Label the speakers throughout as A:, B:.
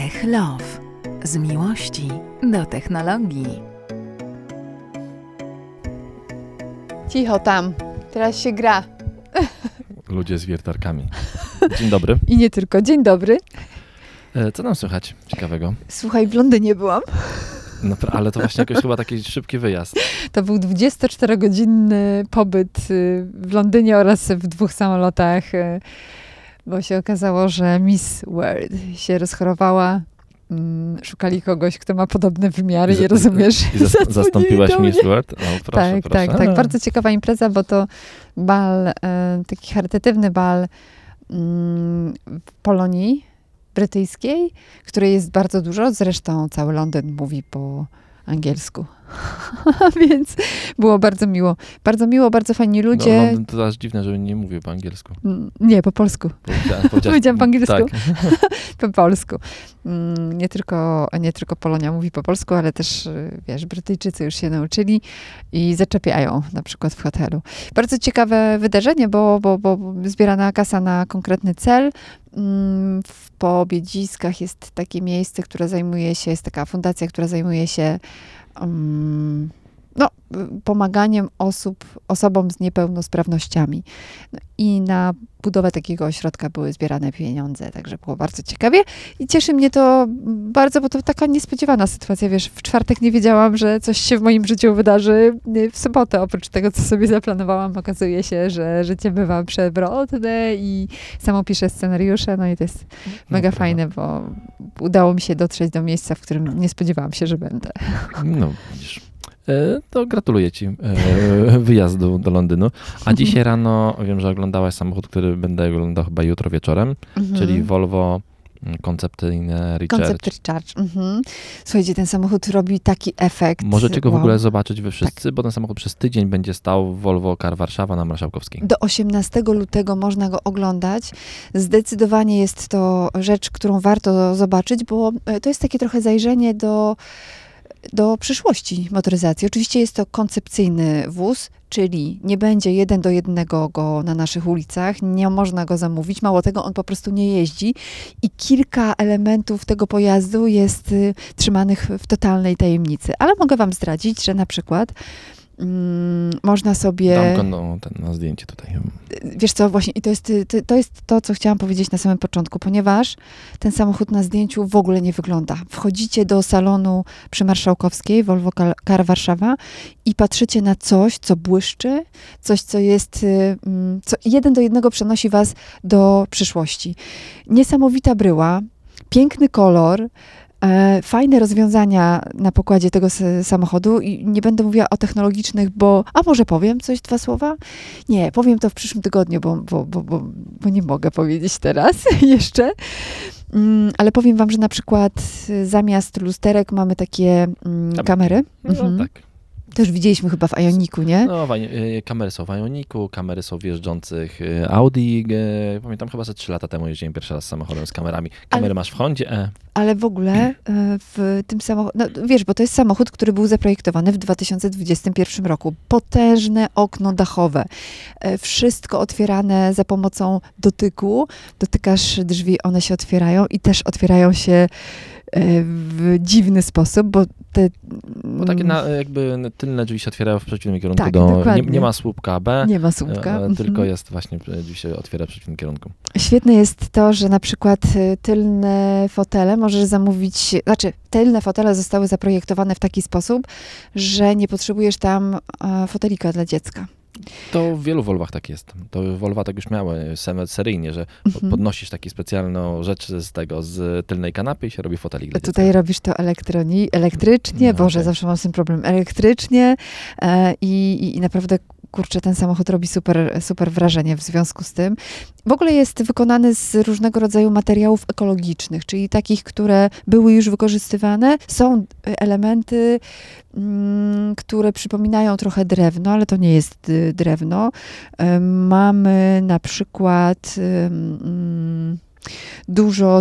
A: Tech Love. Z miłości do technologii.
B: Cicho tam, teraz się gra.
C: Ludzie z wiertarkami. Dzień dobry.
B: I nie tylko. Dzień dobry.
C: Co nam słychać ciekawego?
B: Słuchaj, w Londynie byłam.
C: No, ale to właśnie jakoś chyba taki szybki wyjazd.
B: To był 24-godzinny pobyt w Londynie oraz w 2 samolotach, bo się okazało, że Miss World się rozchorowała. Szukali kogoś, kto ma podobne wymiary, nie rozumiesz?
C: I zastąpiłaś Miss World? No, proszę, proszę.
B: Tak. Bardzo ciekawa impreza, bo to bal, taki charytatywny bal w Polonii brytyjskiej, której jest bardzo dużo. Zresztą cały Londyn mówi po angielsku. Więc było bardzo miło. Bardzo miło, bardzo fajni ludzie.
C: No, Londyn to aż dziwne, że nie mówił po angielsku.
B: Nie, po polsku. Powiedziałam po angielsku.
C: Tak.
B: Po polsku. Nie tylko Polonia mówi po polsku, ale też, wiesz, Brytyjczycy już się nauczyli i zaczepiają na przykład w hotelu. Bardzo ciekawe wydarzenie, bo zbierana kasa na konkretny cel. W Pobiedziskach jest takie miejsce, które zajmuje się, jest taka fundacja, która zajmuje się pomaganiem osobom z niepełnosprawnościami. No i na budowę takiego ośrodka były zbierane pieniądze, także było bardzo ciekawie i cieszy mnie to bardzo, bo to taka niespodziewana sytuacja, wiesz, w czwartek nie wiedziałam, że coś się w moim życiu wydarzy, w sobotę oprócz tego, co sobie zaplanowałam, okazuje się, że życie bywa przewrotne i samo piszę scenariusze, no i to jest mega fajne, bo udało mi się dotrzeć do miejsca, w którym nie spodziewałam się, że będę.
C: No, widzisz. To gratuluję ci wyjazdu do Londynu. A dzisiaj rano wiem, że oglądałaś samochód, który będę oglądał chyba jutro wieczorem, czyli Volvo Concept Recharge.
B: Concept Recharge. Słuchajcie, ten samochód robi taki efekt.
C: Możecie go w ogóle zobaczyć wy wszyscy, bo ten samochód przez tydzień będzie stał w Volvo Car Warszawa na Marszałkowskiej.
B: Do 18 lutego można go oglądać. Zdecydowanie jest to rzecz, którą warto zobaczyć, bo to jest takie trochę zajrzenie do przyszłości motoryzacji. Oczywiście jest to koncepcyjny wóz, czyli nie będzie 1:1 go na naszych ulicach, nie można go zamówić, mało tego, on po prostu nie jeździ i kilka elementów tego pojazdu jest trzymanych w totalnej tajemnicy. Ale mogę wam zdradzić, że na przykład można sobie...
C: Dam go na zdjęcie tutaj.
B: Wiesz co, właśnie i to jest to, co chciałam powiedzieć na samym początku, ponieważ ten samochód na zdjęciu w ogóle nie wygląda. Wchodzicie do salonu przy Marszałkowskiej, Volvo Car Warszawa i patrzycie na coś, co błyszczy, coś, co jest, co 1:1 przenosi was do przyszłości. Niesamowita bryła, piękny kolor, fajne rozwiązania na pokładzie tego samochodu i nie będę mówiła o technologicznych, a może powiem coś, 2 słowa? Nie, powiem to w przyszłym tygodniu, bo nie mogę powiedzieć teraz jeszcze. Ale powiem wam, że na przykład zamiast lusterek mamy takie kamery.
C: No, tak.
B: Też widzieliśmy chyba w Ioniqu, nie?
C: No, kamery są w Ioniqu, kamery są w jeżdżących Audi. Pamiętam, chyba ze 3 lata temu jeździłem pierwszy raz samochodem z kamerami. Kamery masz w Hondzie.
B: Ale w ogóle w tym samochodzie, no wiesz, bo to jest samochód, który był zaprojektowany w 2021 roku. Potężne okno dachowe. Wszystko otwierane za pomocą dotyku. Dotykasz drzwi, one się otwierają i też otwierają się w dziwny sposób, bo
C: takie jakby tylne drzwi się otwierają w przeciwnym kierunku.
B: Tak,
C: nie ma słupka B.
B: Nie ma słupka.
C: Tylko jest właśnie, drzwi się otwiera w przeciwnym kierunku.
B: Świetne jest to, że na przykład tylne fotele możesz zamówić, tylne fotele zostały zaprojektowane w taki sposób, że nie potrzebujesz tam fotelika dla dziecka.
C: To w wielu Volvach tak jest. To Volvo tak już miały seryjnie, że podnosisz taki specjalną rzecz z tylnej kanapy i się robi fotelik dla
B: Tutaj
C: dziecka.
B: robisz to elektrycznie,
C: No,
B: Boże,
C: okay.
B: zawsze mam z tym problem, elektrycznie i naprawdę kurczę, ten samochód robi super wrażenie w związku z tym. W ogóle jest wykonany z różnego rodzaju materiałów ekologicznych, czyli takich, które były już wykorzystywane. Są elementy, które przypominają trochę drewno, ale to nie jest drewno. Mamy na przykład dużo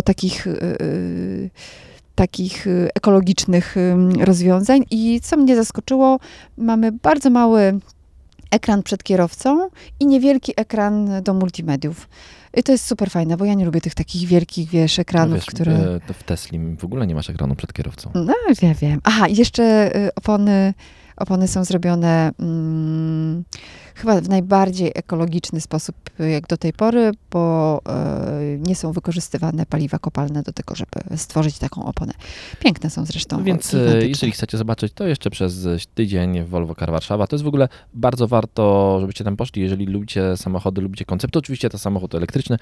B: takich ekologicznych rozwiązań i co mnie zaskoczyło, mamy bardzo mały ekran przed kierowcą i niewielki ekran do multimediów. I to jest super fajne, bo ja nie lubię tych takich wielkich, ekranów,
C: Wiesz,
B: które...
C: w Tesli w ogóle nie masz ekranu przed kierowcą.
B: No, wiem. Aha, i jeszcze opony są zrobione chyba w najbardziej ekologiczny sposób jak do tej pory, bo nie są wykorzystywane paliwa kopalne do tego, żeby stworzyć taką oponę. Piękne są zresztą.
C: Więc jeżeli chcecie zobaczyć, to jeszcze przez tydzień w Volvo Car Warszawa. To jest w ogóle bardzo warto, żebyście tam poszli, jeżeli lubicie samochody, lubicie koncepty. Oczywiście to samochód elektryczny,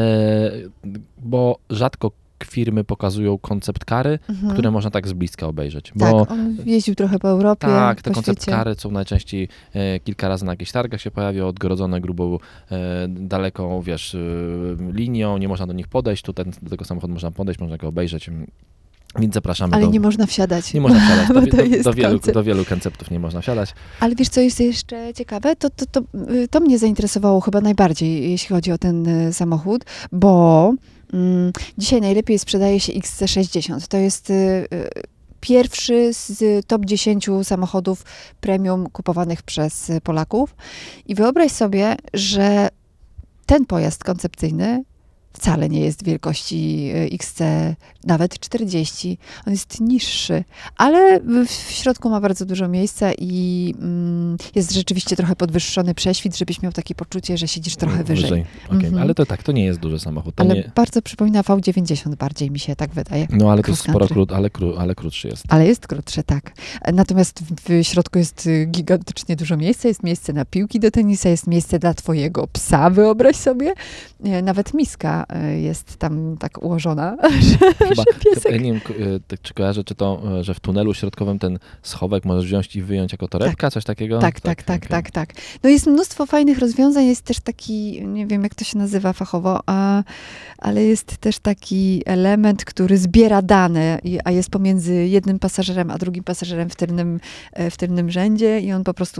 C: bo rzadko firmy pokazują koncept kary, które można tak z bliska obejrzeć. Bo,
B: tak, on jeździł trochę po Europie,
C: tak, te
B: po
C: koncept
B: świecie.
C: kary są najczęściej kilka razy na jakichś targach się pojawią, odgrodzone grubą, daleką, linią, nie można do nich podejść. Tutaj do tego samochodu można podejść, można go obejrzeć. Więc zapraszamy.
B: Ale nie można wsiadać.
C: Nie można wsiadać.
B: Do
C: wielu konceptów nie można wsiadać.
B: Ale wiesz, co jest jeszcze ciekawe? To mnie zainteresowało chyba najbardziej, jeśli chodzi o ten samochód, bo dzisiaj najlepiej sprzedaje się XC60. To jest pierwszy z top 10 samochodów premium kupowanych przez Polaków. I wyobraź sobie, że ten pojazd koncepcyjny wcale nie jest wielkości XC, nawet 40. On jest niższy, ale w środku ma bardzo dużo miejsca i jest rzeczywiście trochę podwyższony prześwit, żebyś miał takie poczucie, że siedzisz trochę wyżej.
C: Okay. Ale to nie jest duży samochód.
B: Bardzo przypomina V90, bardziej mi się tak wydaje.
C: No ale to jest sporo ale krótszy jest.
B: Ale jest krótszy, tak. Natomiast w środku jest gigantycznie dużo miejsca. Jest miejsce na piłki do tenisa, jest miejsce dla twojego psa, wyobraź sobie. Nawet miska jest tam tak ułożona, że piesek...
C: Ja nie wiem, czy kojarzę, że w tunelu środkowym ten schowek możesz wziąć i wyjąć jako torebka, coś takiego?
B: Tak. No jest mnóstwo fajnych rozwiązań, jest też taki, nie wiem jak to się nazywa fachowo, ale jest też taki element, który zbiera dane, a jest pomiędzy jednym pasażerem, a drugim pasażerem w tylnym rzędzie i on po prostu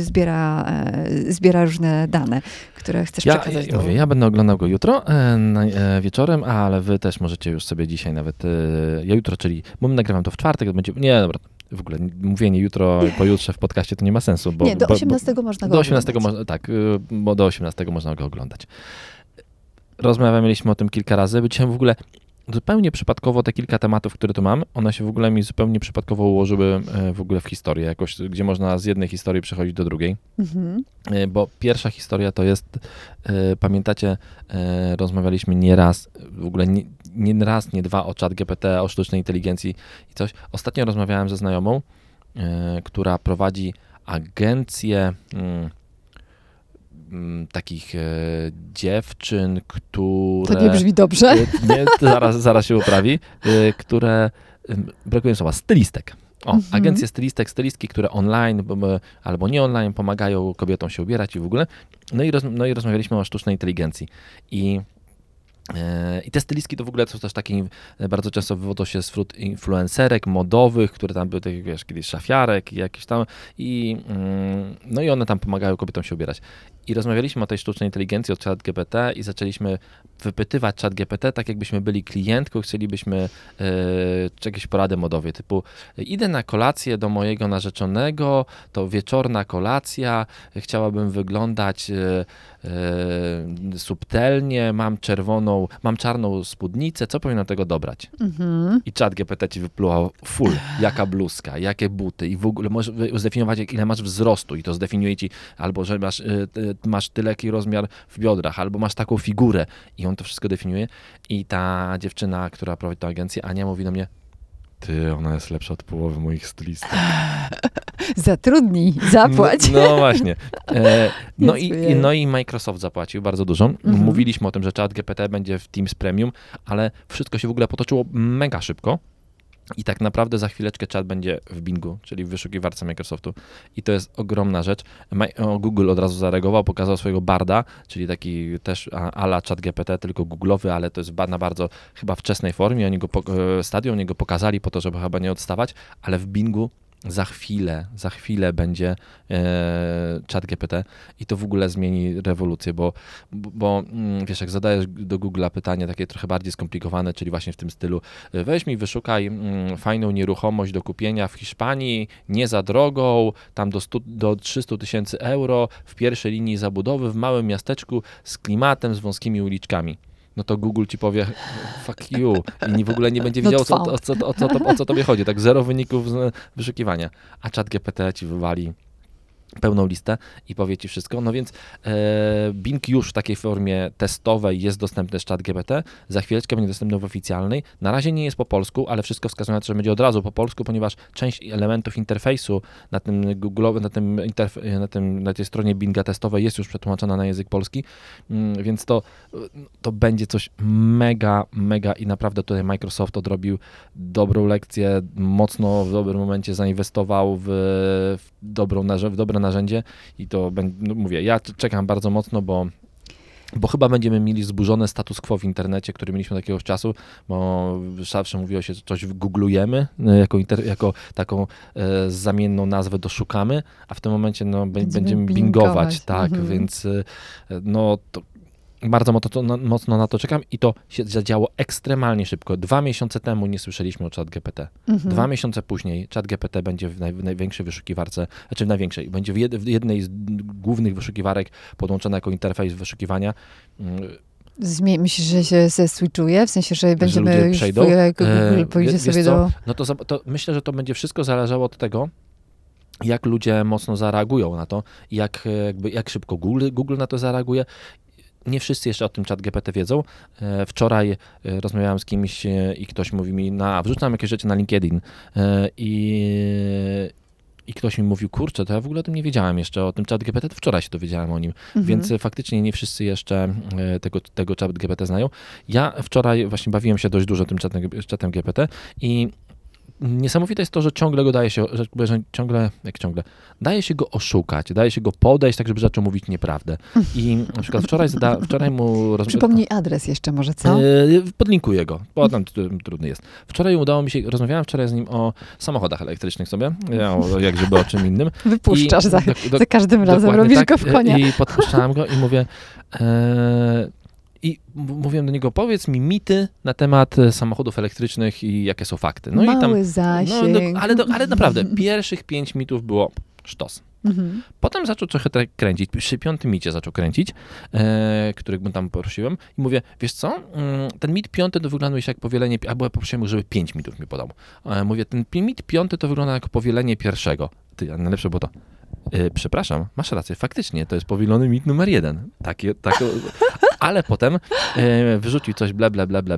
B: zbiera różne dane, które chcesz przekazać do...
C: Ja będę oglądał go jutro wieczorem, ale wy też możecie już sobie dzisiaj nawet, ja jutro, czyli, bo my nagrywam to w czwartek, to będzie, nie, dobra, w ogóle mówienie jutro, pojutrze w podcaście to nie ma sensu.
B: Nie, do 18 można go oglądać.
C: Bo do 18 można go oglądać. Rozmawialiśmy o tym kilka razy, bo dzisiaj w ogóle zupełnie przypadkowo te kilka tematów, które tu mam, one się w ogóle mi zupełnie przypadkowo ułożyły w ogóle w historię, jakoś, gdzie można z jednej historii przechodzić do drugiej. Bo pierwsza historia to jest, pamiętacie, rozmawialiśmy nieraz, w ogóle nie raz, nie dwa o ChatGPT, o sztucznej inteligencji i coś. Ostatnio rozmawiałem ze znajomą, która prowadzi agencję takich dziewczyn, które...
B: To nie brzmi dobrze.
C: Nie, zaraz się uprawi, które, brakuje mi słowa, stylistek. Agencje stylistki, które online albo nie online pomagają kobietom się ubierać i w ogóle. No i rozmawialiśmy o sztucznej inteligencji. I te stylistki to w ogóle to też takie bardzo często wywodzą się z influencerek modowych, które tam były, kiedyś szafiarek i jakieś tam no i one tam pomagają kobietom się ubierać. I rozmawialiśmy o tej sztucznej inteligencji od ChatGPT i zaczęliśmy wypytywać ChatGPT, tak jakbyśmy byli klientką, chcielibyśmy jakieś porady modowe, typu idę na kolację do mojego narzeczonego, to wieczorna kolacja, chciałabym wyglądać subtelnie, mam czarną spódnicę, co powinno tego dobrać? I ChatGPT ci wypluła jaka bluzka, jakie buty i w ogóle możesz zdefiniować, ile masz wzrostu i to zdefiniuje ci, albo że masz tyle, jaki rozmiar w biodrach, albo masz taką figurę i on to wszystko definiuje i ta dziewczyna, która prowadzi tę agencję, Ania, mówi do mnie, ona jest lepsza od połowy moich stylistów.
B: Zatrudnij, zapłać.
C: No właśnie. No i Microsoft zapłacił bardzo dużo. Mówiliśmy o tym, że ChatGPT będzie w Teams Premium, ale wszystko się w ogóle potoczyło mega szybko. I tak naprawdę za chwileczkę czat będzie w Bingu, czyli w wyszukiwarce Microsoftu. I to jest ogromna rzecz. Google od razu zareagował, pokazał swojego Barda, czyli taki też a la ChatGPT, tylko googlowy, ale to jest na bardzo chyba wczesnej formie. Oni go pokazali po to, żeby chyba nie odstawać, ale w Bingu za chwilę będzie ChatGPT i to w ogóle zmieni rewolucję, bo wiesz, jak zadajesz do Google'a pytanie takie trochę bardziej skomplikowane, czyli właśnie w tym stylu, weź mi wyszukaj fajną nieruchomość do kupienia w Hiszpanii, nie za drogą, tam do 300 000 euro w pierwszej linii zabudowy w małym miasteczku z klimatem, z wąskimi uliczkami. No to Google ci powie fuck you i w ogóle nie będzie wiedział, o co tobie chodzi. Tak, 0 wyników z wyszukiwania. A ChatGPT ci wywali pełną listę i powie ci wszystko. No więc Bing już w takiej formie testowej jest dostępny z ChatGPT. Za chwileczkę będzie dostępny w oficjalnej. Na razie nie jest po polsku, ale wszystko wskazuje na to, że będzie od razu po polsku, ponieważ część elementów interfejsu na tym na tej stronie Binga testowej jest już przetłumaczona na język polski, więc to będzie coś mega i naprawdę tutaj Microsoft odrobił dobrą lekcję, mocno w dobrym momencie zainwestował w dobre narzędzie i to mówię, ja czekam bardzo mocno, bo chyba będziemy mieli zburzony status quo w internecie, który mieliśmy od jakiegoś czasu, bo zawsze mówiło się, że coś googlujemy, jako taką zamienną nazwę do szukamy, a w tym momencie będziemy bingować, tak, więc to bardzo mocno na to czekam i to się zadziało ekstremalnie szybko. 2 miesiące temu nie słyszeliśmy o ChatGPT. 2 miesiące później ChatGPT będzie w największej wyszukiwarce, znaczy w największej, będzie w jednej z głównych wyszukiwarek podłączona jako interfejs wyszukiwania.
B: Myślisz, że się zeswitchuje? W sensie, że będziemy
C: ludzie
B: już
C: przejdą?
B: Google pójdzie sobie do...
C: No to myślę, że to będzie wszystko zależało od tego, jak ludzie mocno zareagują na to, jak szybko Google na to zareaguje. Nie wszyscy jeszcze o tym ChatGPT wiedzą. Wczoraj rozmawiałem z kimś i ktoś mówi mi, wrzucam jakieś rzeczy na LinkedIn i ktoś mi mówił, kurczę, to ja w ogóle o tym nie wiedziałem jeszcze, o tym ChatGPT, to wczoraj się dowiedziałem o nim, więc faktycznie nie wszyscy jeszcze tego ChatGPT znają. Ja wczoraj właśnie bawiłem się dość dużo tym chatem GPT i niesamowite jest to, że ciągle go daje się, daje się go oszukać, daje się go podejść, tak żeby zaczął mówić nieprawdę. I na przykład wczoraj mu...
B: Przypomnij adres jeszcze może, co?
C: Podlinkuję go, bo tam trudny jest. Wczoraj udało mi się, rozmawiałem wczoraj z nim o samochodach elektrycznych sobie, jak żeby o czym innym.
B: Wypuszczasz za każdym razem, robisz go w konia.
C: I podpuszczałem go i mówię... I mówiłem do niego, powiedz mi mity na temat samochodów elektrycznych i jakie są fakty. No
B: Mały
C: i tam,
B: zasięg.
C: Ale naprawdę, pierwszych 5 mitów było sztos. Potem zaczął trochę kręcić, przy 5. micie zaczął kręcić, których mu tam poruszyłem i mówię, wiesz co, ten mit 5 to wygląda jak powielenie, albo ja poprosiłem, żeby 5 mitów mi podał. Mówię, ten mit 5 to wygląda jak powielenie pierwszego. A najlepsze było to. Przepraszam, masz rację, faktycznie, to jest powielony mit numer 1. Ale potem wyrzucił coś bla.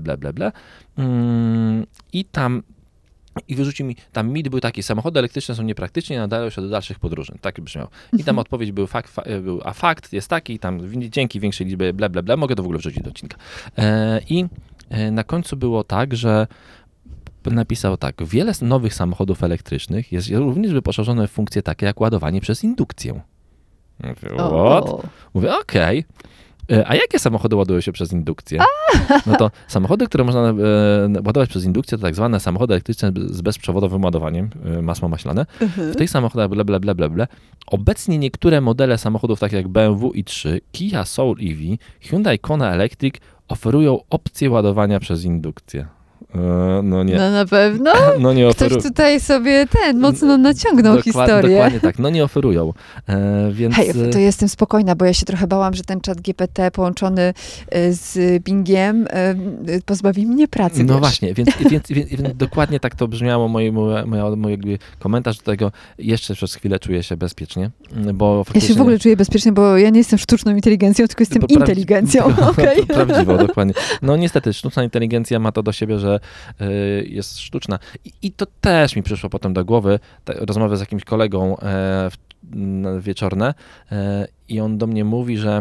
C: I wyrzucił mi, tam mit był taki, samochody elektryczne są niepraktyczne i nadają się do dalszych podróży. Tak brzmiał. I tam odpowiedź był fakt jest taki, tam dzięki większej liczbie bla, mogę to w ogóle wrzucić do odcinka. I na końcu było tak, że napisał tak, wiele nowych samochodów elektrycznych jest również wyposażone w funkcje takie jak ładowanie przez indukcję. Mówię, what? Mówię, okej. A jakie samochody ładują się przez indukcję? No to samochody, które można ładować przez indukcję, to tak zwane samochody elektryczne z bezprzewodowym ładowaniem, masło maślane. W tych samochodach bla. Obecnie niektóre modele samochodów, takie jak BMW i3, Kia Soul EV, Hyundai Kona Electric oferują opcję ładowania przez indukcję. No nie.
B: No na pewno.
C: No nie
B: oferują. Ktoś tutaj sobie mocno naciągnął historię.
C: Dokładnie tak, no nie oferują. Więc...
B: Hej, to jestem spokojna, bo ja się trochę bałam, że ten ChatGPT połączony z Bingiem pozbawi mnie pracy.
C: No właśnie, więc dokładnie tak to brzmiało mój jakby komentarz do tego. Jeszcze przez chwilę czuję się bezpiecznie, bo faktycznie...
B: Ja się w ogóle czuję bezpiecznie, bo ja nie jestem sztuczną inteligencją, tylko jestem inteligencją. Okay?
C: To prawdziwą, dokładnie. No niestety, sztuczna inteligencja ma to do siebie, że jest sztuczna. I to też mi przyszło potem do głowy, rozmowę z jakimś kolegą wieczorne i on do mnie mówi, że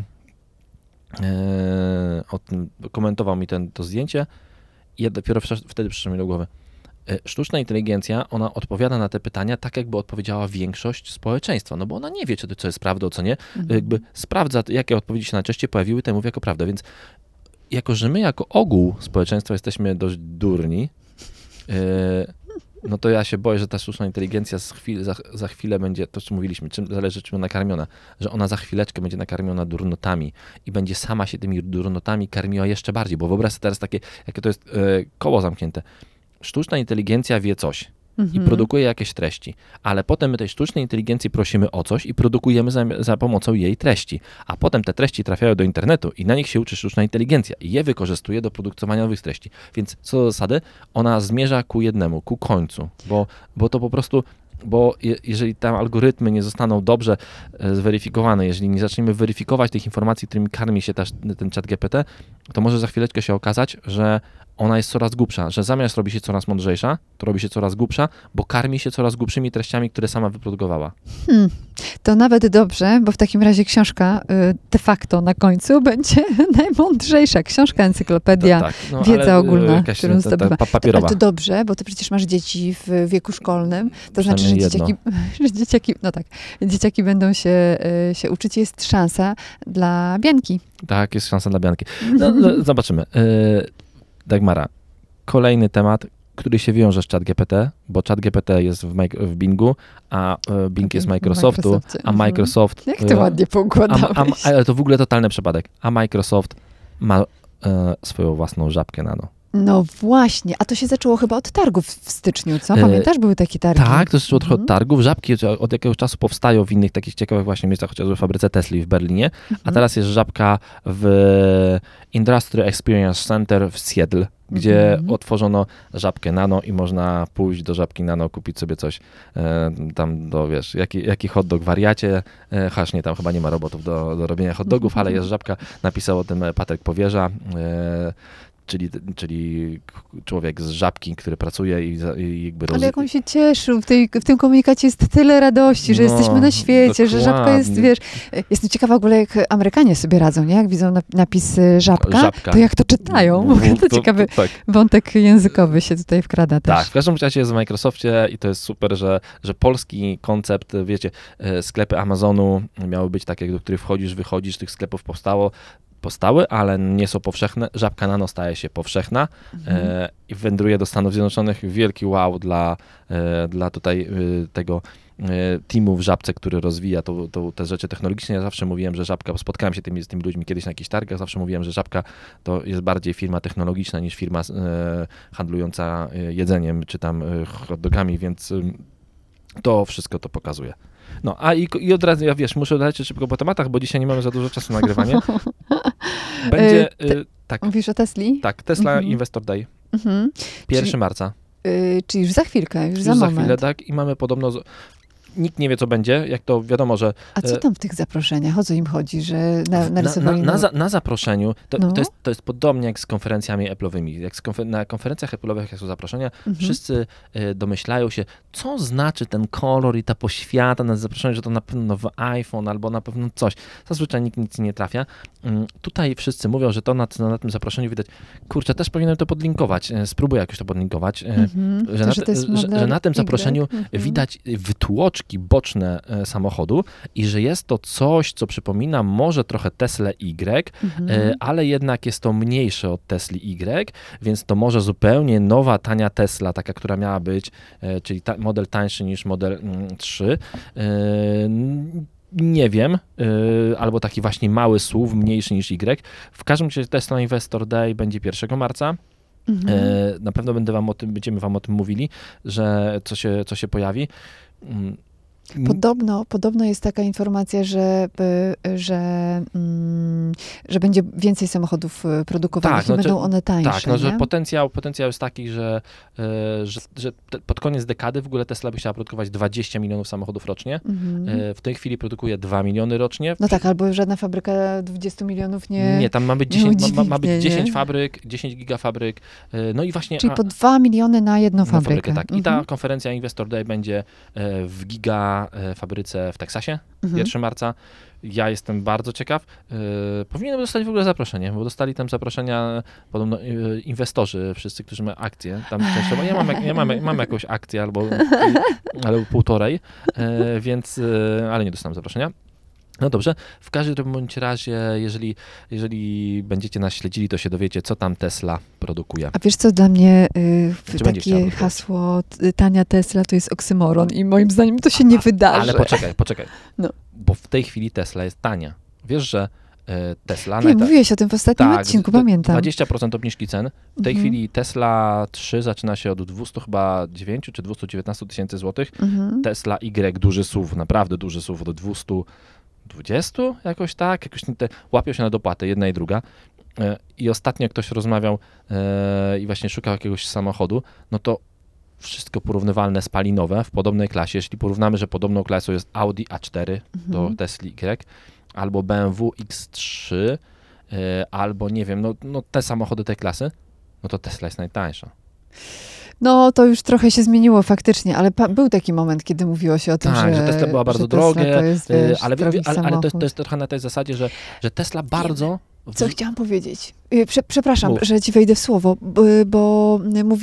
C: o tym komentował mi to zdjęcie i ja dopiero wtedy przyszło mi do głowy. Sztuczna inteligencja, ona odpowiada na te pytania tak, jakby odpowiedziała większość społeczeństwa, no bo ona nie wie, czy co jest prawdą, co nie. Jakby sprawdza, jakie odpowiedzi się najczęściej pojawiły, te mówi jako prawda, więc jako, że my jako ogół społeczeństwa jesteśmy dość durni, no to ja się boję, że ta sztuczna inteligencja za chwilę będzie, to co mówiliśmy, zależy czym nakarmiona, że ona za chwileczkę będzie nakarmiona durnotami i będzie sama się tymi durnotami karmiła jeszcze bardziej, bo wyobraź sobie teraz jakie to jest koło zamknięte. Sztuczna inteligencja wie coś i produkuje jakieś treści, ale potem my tej sztucznej inteligencji prosimy o coś i produkujemy za pomocą jej treści, a potem te treści trafiają do internetu i na nich się uczy sztuczna inteligencja i je wykorzystuje do produktowania nowych treści. Więc co do zasady, ona zmierza ku jednemu, ku końcu, bo to po prostu, jeżeli tam algorytmy nie zostaną dobrze zweryfikowane, jeżeli nie zaczniemy weryfikować tych informacji, którymi karmi się ten ChatGPT, to może za chwileczkę się okazać, że ona jest coraz głupsza, że zamiast robi się coraz mądrzejsza, to robi się coraz głupsza, bo karmi się coraz głupszymi treściami, które sama wyprodukowała.
B: To nawet dobrze, bo w takim razie książka de facto na końcu będzie najmądrzejsza. Książka, encyklopedia, wiedza ogólna, którą zdobywa.
C: Papierowa.
B: Ale to dobrze, bo ty przecież masz dzieci w wieku szkolnym, to znaczy, że dzieciaki będą się uczyć. Jest szansa dla Bianki.
C: Tak, jest szansa dla Bianki. No, zobaczymy. Dagmara, kolejny temat, który się wiąże z ChatGPT, bo ChatGPT jest w Bingu, a Bing jest Microsoftu, a Microsoft...
B: Jak to ładnie poukładałeś.
C: Ale to w ogóle totalny przypadek. A Microsoft ma swoją własną żabkę nano.
B: No właśnie, a to się zaczęło chyba od targów w styczniu, co? Pamiętasz, były takie targi?
C: Tak, to zaczęło trochę od targów. Żabki od jakiegoś czasu powstają w innych takich ciekawych właśnie miejscach, chociażby w fabryce Tesli w Berlinie, a teraz jest żabka w Industry Experience Center w Seattle, gdzie otworzono żabkę nano i można pójść do żabki nano, kupić sobie coś tam jaki hot dog wariacie, nie, tam chyba nie ma robotów do robienia hot dogów, ale jest żabka, napisał o tym Patryk Powierza, czyli człowiek z żabki, który pracuje i jakby...
B: Ale jak on się cieszył, w tym komunikacie jest tyle radości, że jesteśmy na świecie, dokładnie. Że żabka jest, wiesz... Jestem ciekawa w ogóle, jak Amerykanie sobie radzą, nie? Jak widzą napis żabka, to jak to czytają. To ciekawy wątek językowy się tutaj wkrada też.
C: Tak, w każdym razie jest w Microsoftie i to jest super, że polski koncept, wiecie, sklepy Amazonu miały być takie, do których wchodzisz, wychodzisz, tych sklepów powstały, ale nie są powszechne. Żabka nano staje się powszechna i wędruje do Stanów Zjednoczonych. Wielki wow dla tutaj tego teamu w żabce, który rozwija te rzeczy technologiczne. Ja zawsze mówiłem, że żabka, bo spotkałem się z tymi ludźmi kiedyś na jakichś targach, zawsze mówiłem, że żabka to jest bardziej firma technologiczna niż firma handlująca jedzeniem czy tam hot dogami, więc to wszystko to pokazuje. No, a i od razu, muszę lecieć szybko po tematach, bo dzisiaj nie mamy za dużo czasu na nagrywanie. Będzie, tak.
B: Mówisz o Tesli?
C: Tak, Tesla Investor Day. 1 marca.
B: Czyli już za chwilkę, już za moment.
C: Za chwilę, tak. I mamy podobno... Nikt nie wie, co będzie, jak to wiadomo, że...
B: A co tam w tych zaproszeniach? O co im chodzi, że narysowali...
C: Na zaproszeniu, to jest podobnie jak z konferencjami Apple'owymi. Na konferencjach Apple'owych, jak są zaproszenia, wszyscy domyślają się, co znaczy ten kolor i ta poświata na zaproszeniu, że to na pewno nowy iPhone albo na pewno coś. Zazwyczaj nikt nic nie trafia. Tutaj wszyscy mówią, że to na tym zaproszeniu widać, kurczę, też powinienem to podlinkować. Spróbuję jakoś to podlinkować. Że na tym zaproszeniu widać wytłoczki boczne samochodu i że jest to coś, co przypomina może trochę Teslę Y, ale jednak jest to mniejsze od Tesli Y, więc to może zupełnie nowa, tania Tesla, taka, która miała być, czyli model tańszy niż model 3. Nie wiem, albo taki właśnie mały SUV, mniejszy niż Y. W każdym razie Tesla Investor Day będzie 1 marca. Na pewno będziemy wam o tym mówili, że co się pojawi.
B: Podobno jest taka informacja, że będzie więcej samochodów produkowanych i będą one tańsze.
C: Tak, że potencjał jest taki, że pod koniec dekady w ogóle Tesla by chciała produkować 20 milionów samochodów rocznie. W tej chwili produkuje 2 miliony rocznie.
B: No tak, albo żadna fabryka 20 milionów nie...
C: Nie, tam ma być 10 fabryk, 10 gigafabryk. No i właśnie...
B: Czyli po 2 miliony na jedną fabrykę.
C: Tak. I ta konferencja Investor Day będzie w fabryce w Teksasie 1 marca. Ja jestem bardzo ciekaw. Powinienem dostać w ogóle zaproszenie, bo dostali tam zaproszenia podobno inwestorzy, wszyscy, którzy mają akcje. Tam częściowo mam jakąś akcję albo półtorej, więc, ale nie dostałem zaproszenia. No dobrze, w każdym bądź razie, jeżeli będziecie nas śledzili, to się dowiecie, co tam Tesla produkuje.
B: A wiesz co, dla mnie
C: Czy będzie chciała
B: takie
C: produkować?
B: hasło tania Tesla to jest oksymoron i moim zdaniem to się nie wydarzy.
C: Ale poczekaj.
B: No.
C: Bo w tej chwili Tesla jest tania. Wiesz, że Tesla...
B: Nie, mówiłeś o tym w ostatnim odcinku, pamiętam.
C: 20% obniżki cen. W tej chwili Tesla 3 zaczyna się od 200 chyba 9 czy 219 tysięcy złotych. Tesla Y, duży SUV, naprawdę duży SUV, do 220 jakoś tak. Łapią się na dopłatę, jedna i druga. I ostatnio ktoś rozmawiał i właśnie szukał jakiegoś samochodu, no to wszystko porównywalne spalinowe w podobnej klasie. Jeśli porównamy, że podobną klasą jest Audi A4 do Tesla Y, albo BMW X3, albo nie wiem, no te samochody tej klasy, no to Tesla jest najtańsza.
B: No, to już trochę się zmieniło faktycznie, ale był taki moment, kiedy mówiło się o tym,
C: że Tesla była bardzo drogie,
B: to jest, wiesz,
C: ale
B: samochód.
C: to jest trochę na tej zasadzie, że Tesla bardzo...
B: Co chciałam powiedzieć? Przepraszam,
C: Mów.
B: że ci wejdę w słowo, bo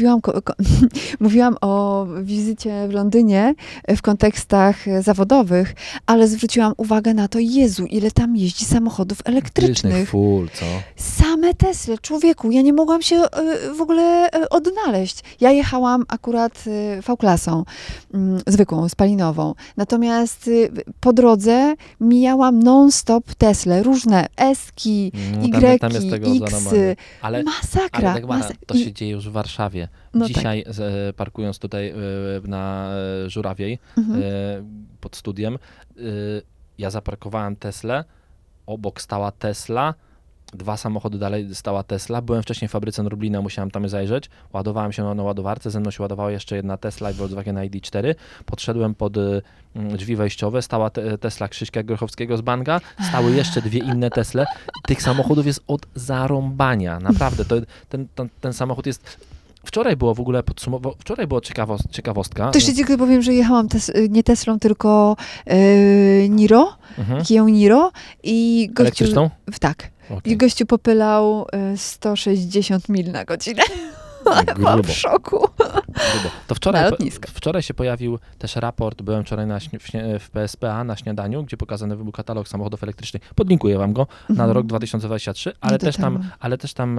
B: mówiłam o wizycie w Londynie w kontekstach zawodowych, ale zwróciłam uwagę na to, Jezu, ile tam jeździ samochodów elektrycznych.
C: Full, co?
B: Same Tesle, człowieku, ja nie mogłam się w ogóle odnaleźć. Ja jechałam akurat V-klasą, zwykłą, spalinową. Natomiast po drodze mijałam non-stop Tesle, różne S-ki,
C: Tam jest tego
B: X-y.
C: ale
B: Masakra.
C: Dagmara, to się dzieje już w Warszawie.
B: No
C: Dzisiaj parkując tutaj na Żurawiej pod studiem, ja zaparkowałem Teslę, obok stała Tesla, 2 samochody dalej stała Tesla. Byłem wcześniej w fabryce Norblina, musiałem tam zajrzeć. Ładowałem się na ładowarce, ze mną się ładowała jeszcze jedna Tesla i Volkswagen ID4. Podszedłem pod drzwi wejściowe, stała Tesla Krzyśka Grochowskiego z Banga, stały jeszcze 2 inne Tesle. Tych samochodów jest od zarąbania. Naprawdę, ten samochód jest... Wczoraj było w ogóle wczoraj była ciekawostka.
B: To jeszcze tylko powiem, że jechałam nie Teslą, tylko Niro, Kią Niro i gościu...
C: Elektryczną?
B: Tak.
C: Okay.
B: I gościu popylał 160 mil na godzinę. Byłam w szoku.
C: To wczoraj się pojawił też raport, byłem wczoraj w PSPA na śniadaniu, gdzie pokazany był katalog samochodów elektrycznych. Podlinkuję wam go na rok 2023, ale też tam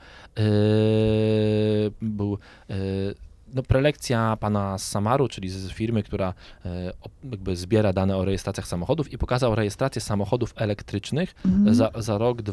C: był prelekcja pana z Samaru, czyli z firmy, która jakby zbiera dane o rejestracjach samochodów i pokazał rejestrację samochodów elektrycznych za rok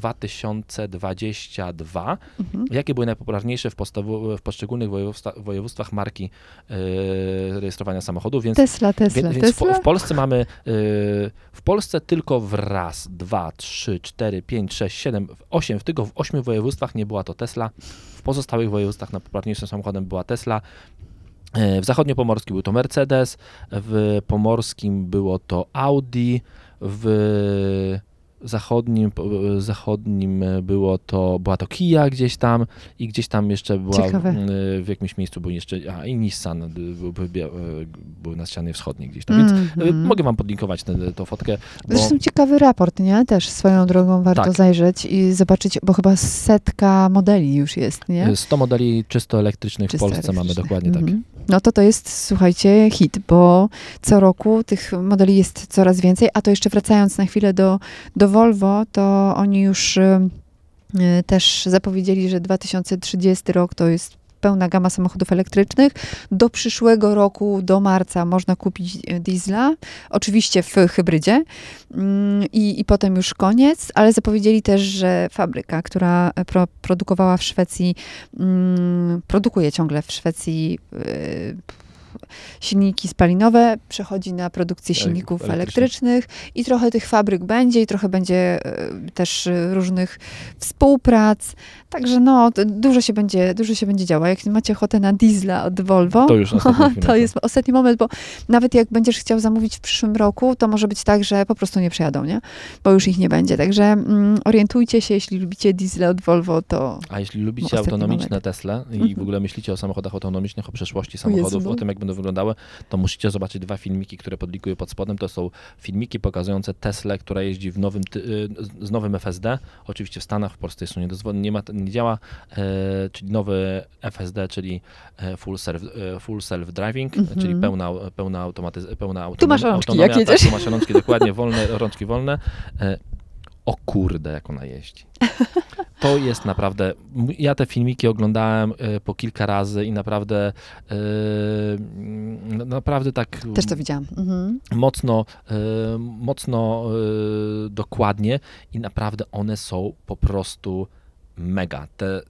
C: 2022. Jakie były najpopularniejsze w poszczególnych województwach marki rejestrowania samochodów. Więc,
B: Tesla.
C: W Polsce mamy, w Polsce tylko w raz, 2, 3, 4, 5, 6, 7, 8, tylko w 8 województwach nie była to Tesla. W pozostałych województwach najpopularniejszym samochodem była Tesla. W zachodniopomorskim był to Mercedes, w pomorskim było to Audi, w zachodnim była to Kia gdzieś tam i gdzieś tam jeszcze była w jakimś miejscu był jeszcze i Nissan był na ścianie wschodniej gdzieś tam, więc mogę wam podlinkować tę fotkę.
B: Zresztą ciekawy raport, nie? Też swoją drogą warto zajrzeć i zobaczyć, bo chyba 100 modeli już jest, nie?
C: 100 modeli czysto elektrycznych w Polsce mamy, dokładnie tak.
B: No to jest, słuchajcie, hit, bo co roku tych modeli jest coraz więcej, a to jeszcze wracając na chwilę do Volvo, to oni już też zapowiedzieli, że 2030 rok to jest pełna gama samochodów elektrycznych. Do przyszłego roku, do marca można kupić diesla, oczywiście w hybrydzie i potem już koniec, ale zapowiedzieli też, że fabryka, która produkowała w Szwecji, produkuje ciągle w Szwecji silniki spalinowe, przechodzi na produkcję silników elektrycznych i trochę tych fabryk będzie i trochę będzie też różnych współprac. Także dużo się będzie działo. Jak macie ochotę na diesla od Volvo, to jest ostatni moment, bo nawet jak będziesz chciał zamówić w przyszłym roku, to może być tak, że po prostu nie przyjadą, nie? Bo już ich nie będzie. Także orientujcie się, jeśli lubicie diesle od Volvo, to...
C: A jeśli lubicie autonomiczne Tesla i w ogóle myślicie o samochodach autonomicznych, o przyszłości samochodów, o tym, jak będą będą wyglądały, to musicie zobaczyć 2 filmiki, które podlikuję pod spodem. To są filmiki pokazujące Teslę, która jeździ z nowym FSD. Oczywiście w Stanach, w Polsce jest to nie działa, czyli nowy FSD, czyli full self driving, czyli pełna autonomia.
B: Tu masz rączki, jak jedziesz.
C: Tu masz rączki, dokładnie, rączki wolne. O kurde, jak ona jeździ. To jest naprawdę, ja te filmiki oglądałem po kilka razy i naprawdę tak
B: Też to widziałam.
C: mocno dokładnie i naprawdę one są po prostu mega.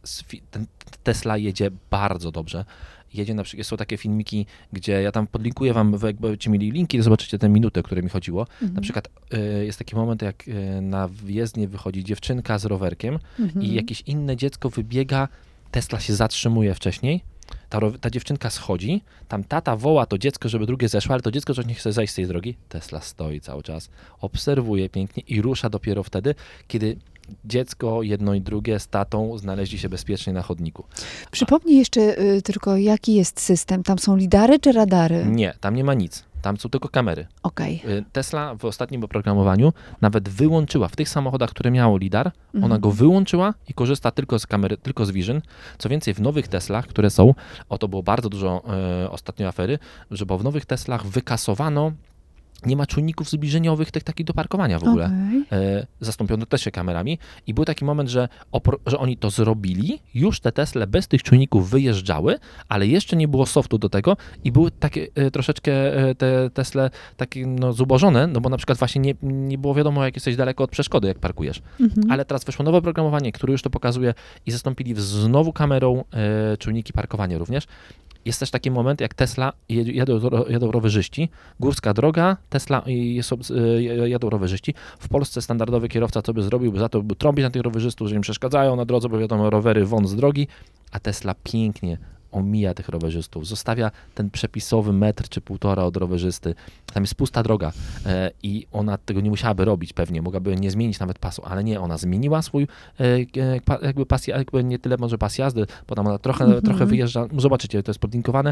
C: Tesla jedzie bardzo dobrze. Jedzie na przykład, są takie filmiki, gdzie ja tam podlinkuję wam, jak będziecie mieli linki, zobaczycie tę minutę, o której mi chodziło. Na przykład jest taki moment, jak na jezdnię wychodzi dziewczynka z rowerkiem i jakieś inne dziecko wybiega, Tesla się zatrzymuje wcześniej, ta dziewczynka schodzi, tam tata woła to dziecko, żeby drugie zeszło, ale to dziecko coś nie chce zejść z tej drogi. Tesla stoi cały czas, obserwuje pięknie i rusza dopiero wtedy, kiedy dziecko, jedno i drugie z tatą znaleźli się bezpiecznie na chodniku.
B: Przypomnij jeszcze tylko, jaki jest system. Tam są lidary czy radary?
C: Nie, tam nie ma nic. Tam są tylko kamery.
B: Okej.
C: Tesla w ostatnim oprogramowaniu nawet wyłączyła, w tych samochodach, które miało lidar, ona go wyłączyła i korzysta tylko z kamery, tylko z Vision. Co więcej, w nowych Teslach, które są, to było bardzo dużo ostatnio afery, bo w nowych Teslach wykasowano, nie ma czujników zbliżeniowych, tych takich do parkowania w ogóle. Zastąpiono też się kamerami i był taki moment, że oni to zrobili, już te Tesle bez tych czujników wyjeżdżały, ale jeszcze nie było softu do tego i były takie troszeczkę te Tesle takie zubożone, no bo na przykład właśnie nie było wiadomo, jak jesteś daleko od przeszkody, jak parkujesz. Ale teraz weszło nowe oprogramowanie, które już to pokazuje i zastąpili znowu kamerą czujniki parkowania również. Jest też taki moment, jak Tesla, jadą rowerzyści, górska droga, Tesla i jadą rowerzyści. W Polsce standardowy kierowca co by zrobił, za to by trąbić na tych rowerzystów, że im przeszkadzają na drodze, bo wiadomo, rowery won z drogi, a Tesla pięknie omija tych rowerzystów, zostawia ten przepisowy metr czy 1,5 od rowerzysty. Tam jest pusta droga i ona tego nie musiałaby robić pewnie, mogłaby nie zmienić nawet pasu, ale nie, ona zmieniła swój jakby pas, jakby nie tyle może pas jazdy, bo tam ona trochę wyjeżdża, zobaczycie, to jest podlinkowane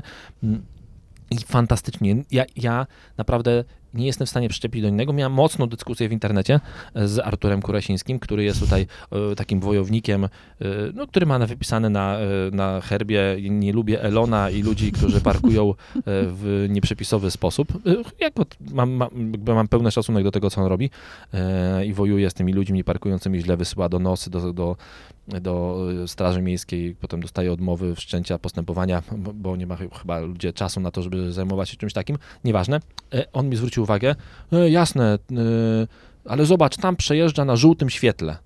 C: i fantastycznie. Ja naprawdę nie jestem w stanie przyczepić do innego. Miałem mocną dyskusję w internecie z Arturem Kurasińskim, który jest tutaj takim wojownikiem, który ma wypisane na herbie: nie lubię Elona i ludzi, którzy parkują w nieprzepisowy sposób. Mam pełny szacunek do tego, co on robi i wojuje z tymi ludźmi parkującymi źle, wysyła donosy do Straży Miejskiej, potem dostaje odmowy, wszczęcia postępowania, bo nie ma chyba ludzie czasu na to, żeby zajmować się czymś takim. Nieważne. On mi zwrócił uwagę, jasne, ale zobacz, tam przejeżdża na żółtym świetle.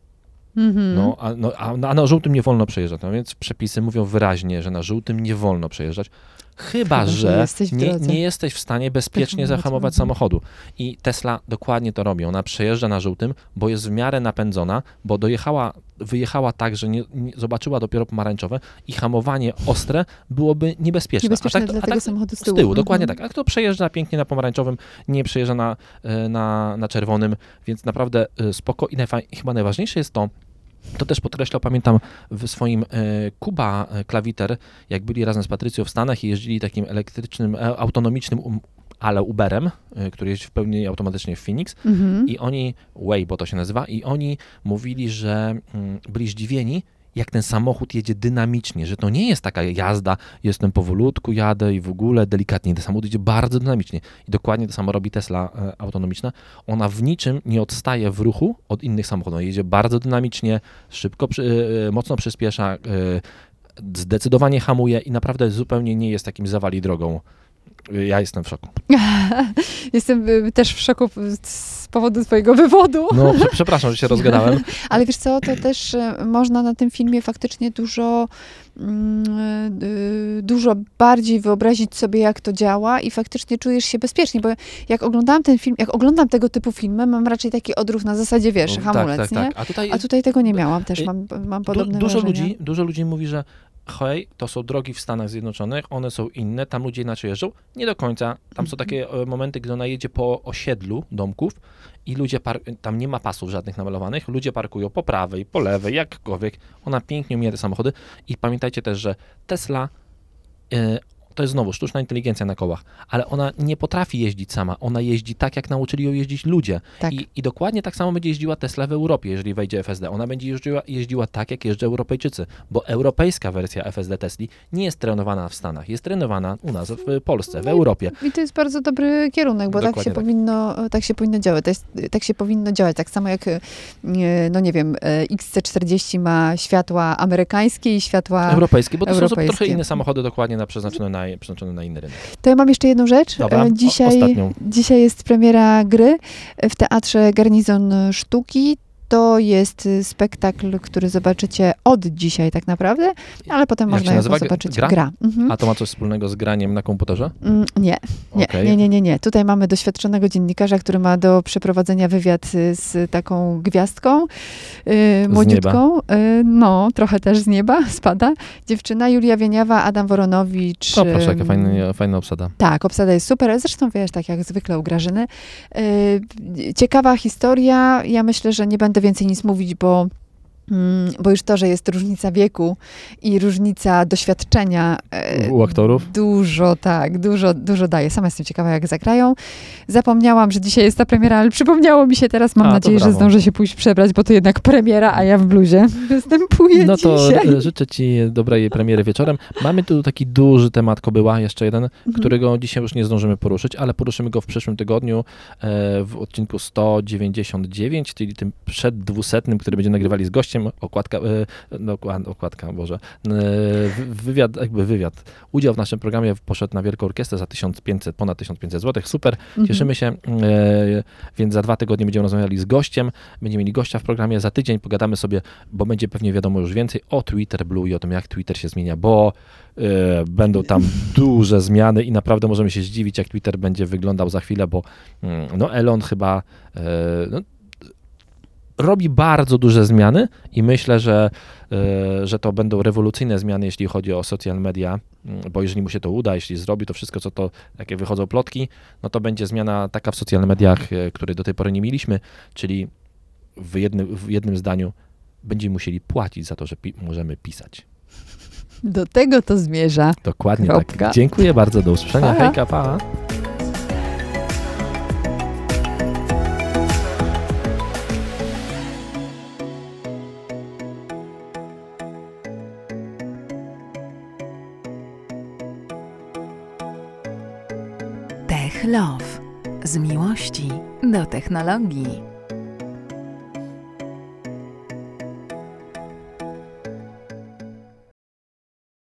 C: A na żółtym nie wolno przejeżdżać. No więc przepisy mówią wyraźnie, że na żółtym nie wolno przejeżdżać, chyba że nie jesteś w stanie bezpiecznie zahamować samochodu. I Tesla dokładnie to robi. Ona przejeżdża na żółtym, bo jest w miarę napędzona, bo wyjechała tak, że nie zobaczyła dopiero pomarańczowe i hamowanie ostre byłoby niebezpieczne.
B: Niebezpieczne dla tego samochodu z tyłu.
C: Dokładnie tak. A kto przejeżdża pięknie na pomarańczowym, nie przejeżdża na czerwonym, więc naprawdę spoko. I chyba najważniejsze jest to też podkreślał, pamiętam w swoim Kuba Klawiter, jak byli razem z Patrycją w Stanach i jeździli takim elektrycznym, autonomicznym, ale Uberem, który jeździ w pełni automatycznie w Phoenix i oni, Way, bo to się nazywa, i oni mówili, że byli zdziwieni, jak ten samochód jedzie dynamicznie, że to nie jest taka jazda, jestem powolutku, jadę i w ogóle delikatnie. Ten samochód jedzie bardzo dynamicznie. I dokładnie to samo robi Tesla autonomiczna. Ona w niczym nie odstaje w ruchu od innych samochodów. Ona jedzie bardzo dynamicznie, szybko, mocno przyspiesza, zdecydowanie hamuje i naprawdę zupełnie nie jest takim zawali drogą. Ja jestem w szoku.
B: Jestem też w szoku z powodu twojego wywodu.
C: No, przepraszam, że się rozgadałem.
B: Ale wiesz co, to też można na tym filmie faktycznie dużo bardziej wyobrazić sobie, jak to działa i faktycznie czujesz się bezpiecznie, bo jak oglądałam ten film, jak oglądam tego typu filmy, mam raczej taki odruch na zasadzie, wiesz, hamulec, nie?
C: Tak.
B: A tutaj tego nie miałam też, mam podobne wrażenie.
C: Dużo ludzi mówi, że hej, to są drogi w Stanach Zjednoczonych, one są inne, tam ludzie inaczej jeżdżą. Nie do końca. Tam są takie momenty, gdy ona jedzie po osiedlu domków i ludzie, tam nie ma pasów żadnych namalowanych, ludzie parkują po prawej, po lewej, jakkolwiek. Ona pięknie umie te samochody i pamiętajcie też, że Tesla, to jest znowu sztuczna inteligencja na kołach, ale ona nie potrafi jeździć sama, ona jeździ tak, jak nauczyli ją jeździć ludzie.
B: Tak.
C: I dokładnie tak samo będzie jeździła Tesla w Europie, jeżeli wejdzie FSD. Ona będzie jeździła tak, jak jeżdżą Europejczycy, bo europejska wersja FSD Tesli nie jest trenowana w Stanach, jest trenowana u nas w Polsce, w Europie.
B: I to jest bardzo dobry kierunek, bo tak się powinno działać. Tak się powinno działać. Tak samo jak, no nie wiem, XC40 ma światła amerykańskie i światła
C: Europejskie, bo to są
B: europejskie.
C: trochę inne samochody dokładnie przeznaczone na inny rynek.
B: To ja mam jeszcze jedną rzecz.
C: Dobra, ostatnią.
B: Dzisiaj jest premiera gry w Teatrze Garnizon Sztuki. To jest spektakl, który zobaczycie od dzisiaj tak naprawdę, ale potem
C: Jak
B: można
C: się nazywa?
B: zobaczyć.
C: Gra?
B: Mhm.
C: A to ma coś wspólnego z graniem na komputerze?
B: Nie.
C: Okej.
B: Nie. Tutaj mamy doświadczonego dziennikarza, który ma do przeprowadzenia wywiad z taką gwiazdką młodziutką. No, trochę też z nieba spada. Dziewczyna Julia Wieniawa, Adam Woronowicz.
C: O, proszę, jaka fajna obsada.
B: Tak, obsada jest super. Zresztą wiesz, tak jak zwykle u Grażyny. Ciekawa historia. Ja myślę, że nie będę więcej nic mówić, bo już to, że jest różnica wieku i różnica doświadczenia
C: U aktorów?
B: Dużo daje. Sama jestem ciekawa, jak zagrają. Zapomniałam, że dzisiaj jest ta premiera, ale przypomniało mi się teraz. Mam nadzieję, że zdążę się pójść przebrać, bo to jednak premiera, a ja w bluzie występuję
C: No to
B: dzisiaj.
C: życzę ci dobrej premiery wieczorem. Mamy tu taki duży temat Kobyła, jeszcze jeden, którego dzisiaj już nie zdążymy poruszyć, ale poruszymy go w przyszłym tygodniu w odcinku 199, czyli tym przed 200, który będziemy nagrywali z gościem. Okładka, Boże. Wywiad. Udział w naszym programie poszedł na Wielką Orkiestrę za ponad 1500 zł. Super, cieszymy się. Więc za 2 tygodnie będziemy rozmawiali z gościem. Będziemy mieli gościa w programie. Za tydzień pogadamy sobie, bo będzie pewnie wiadomo już więcej o Twitter Blue i o tym, jak Twitter się zmienia, bo będą tam duże zmiany i naprawdę możemy się zdziwić, jak Twitter będzie wyglądał za chwilę, bo Elon chyba robi bardzo duże zmiany i myślę, że to będą rewolucyjne zmiany, jeśli chodzi o social media, bo jeżeli mu się to uda, jeśli zrobi to wszystko, co to, jakie wychodzą plotki, no to będzie zmiana taka w social mediach, której do tej pory nie mieliśmy, czyli w jednym zdaniu będziemy musieli płacić za to, że możemy pisać.
B: Do tego to zmierza.
C: Dokładnie
B: Kropka.
C: tak. Dziękuję bardzo, do usłyszenia.
B: Pa.
C: Hejka, pa!
A: Tech Love. Z miłości do technologii.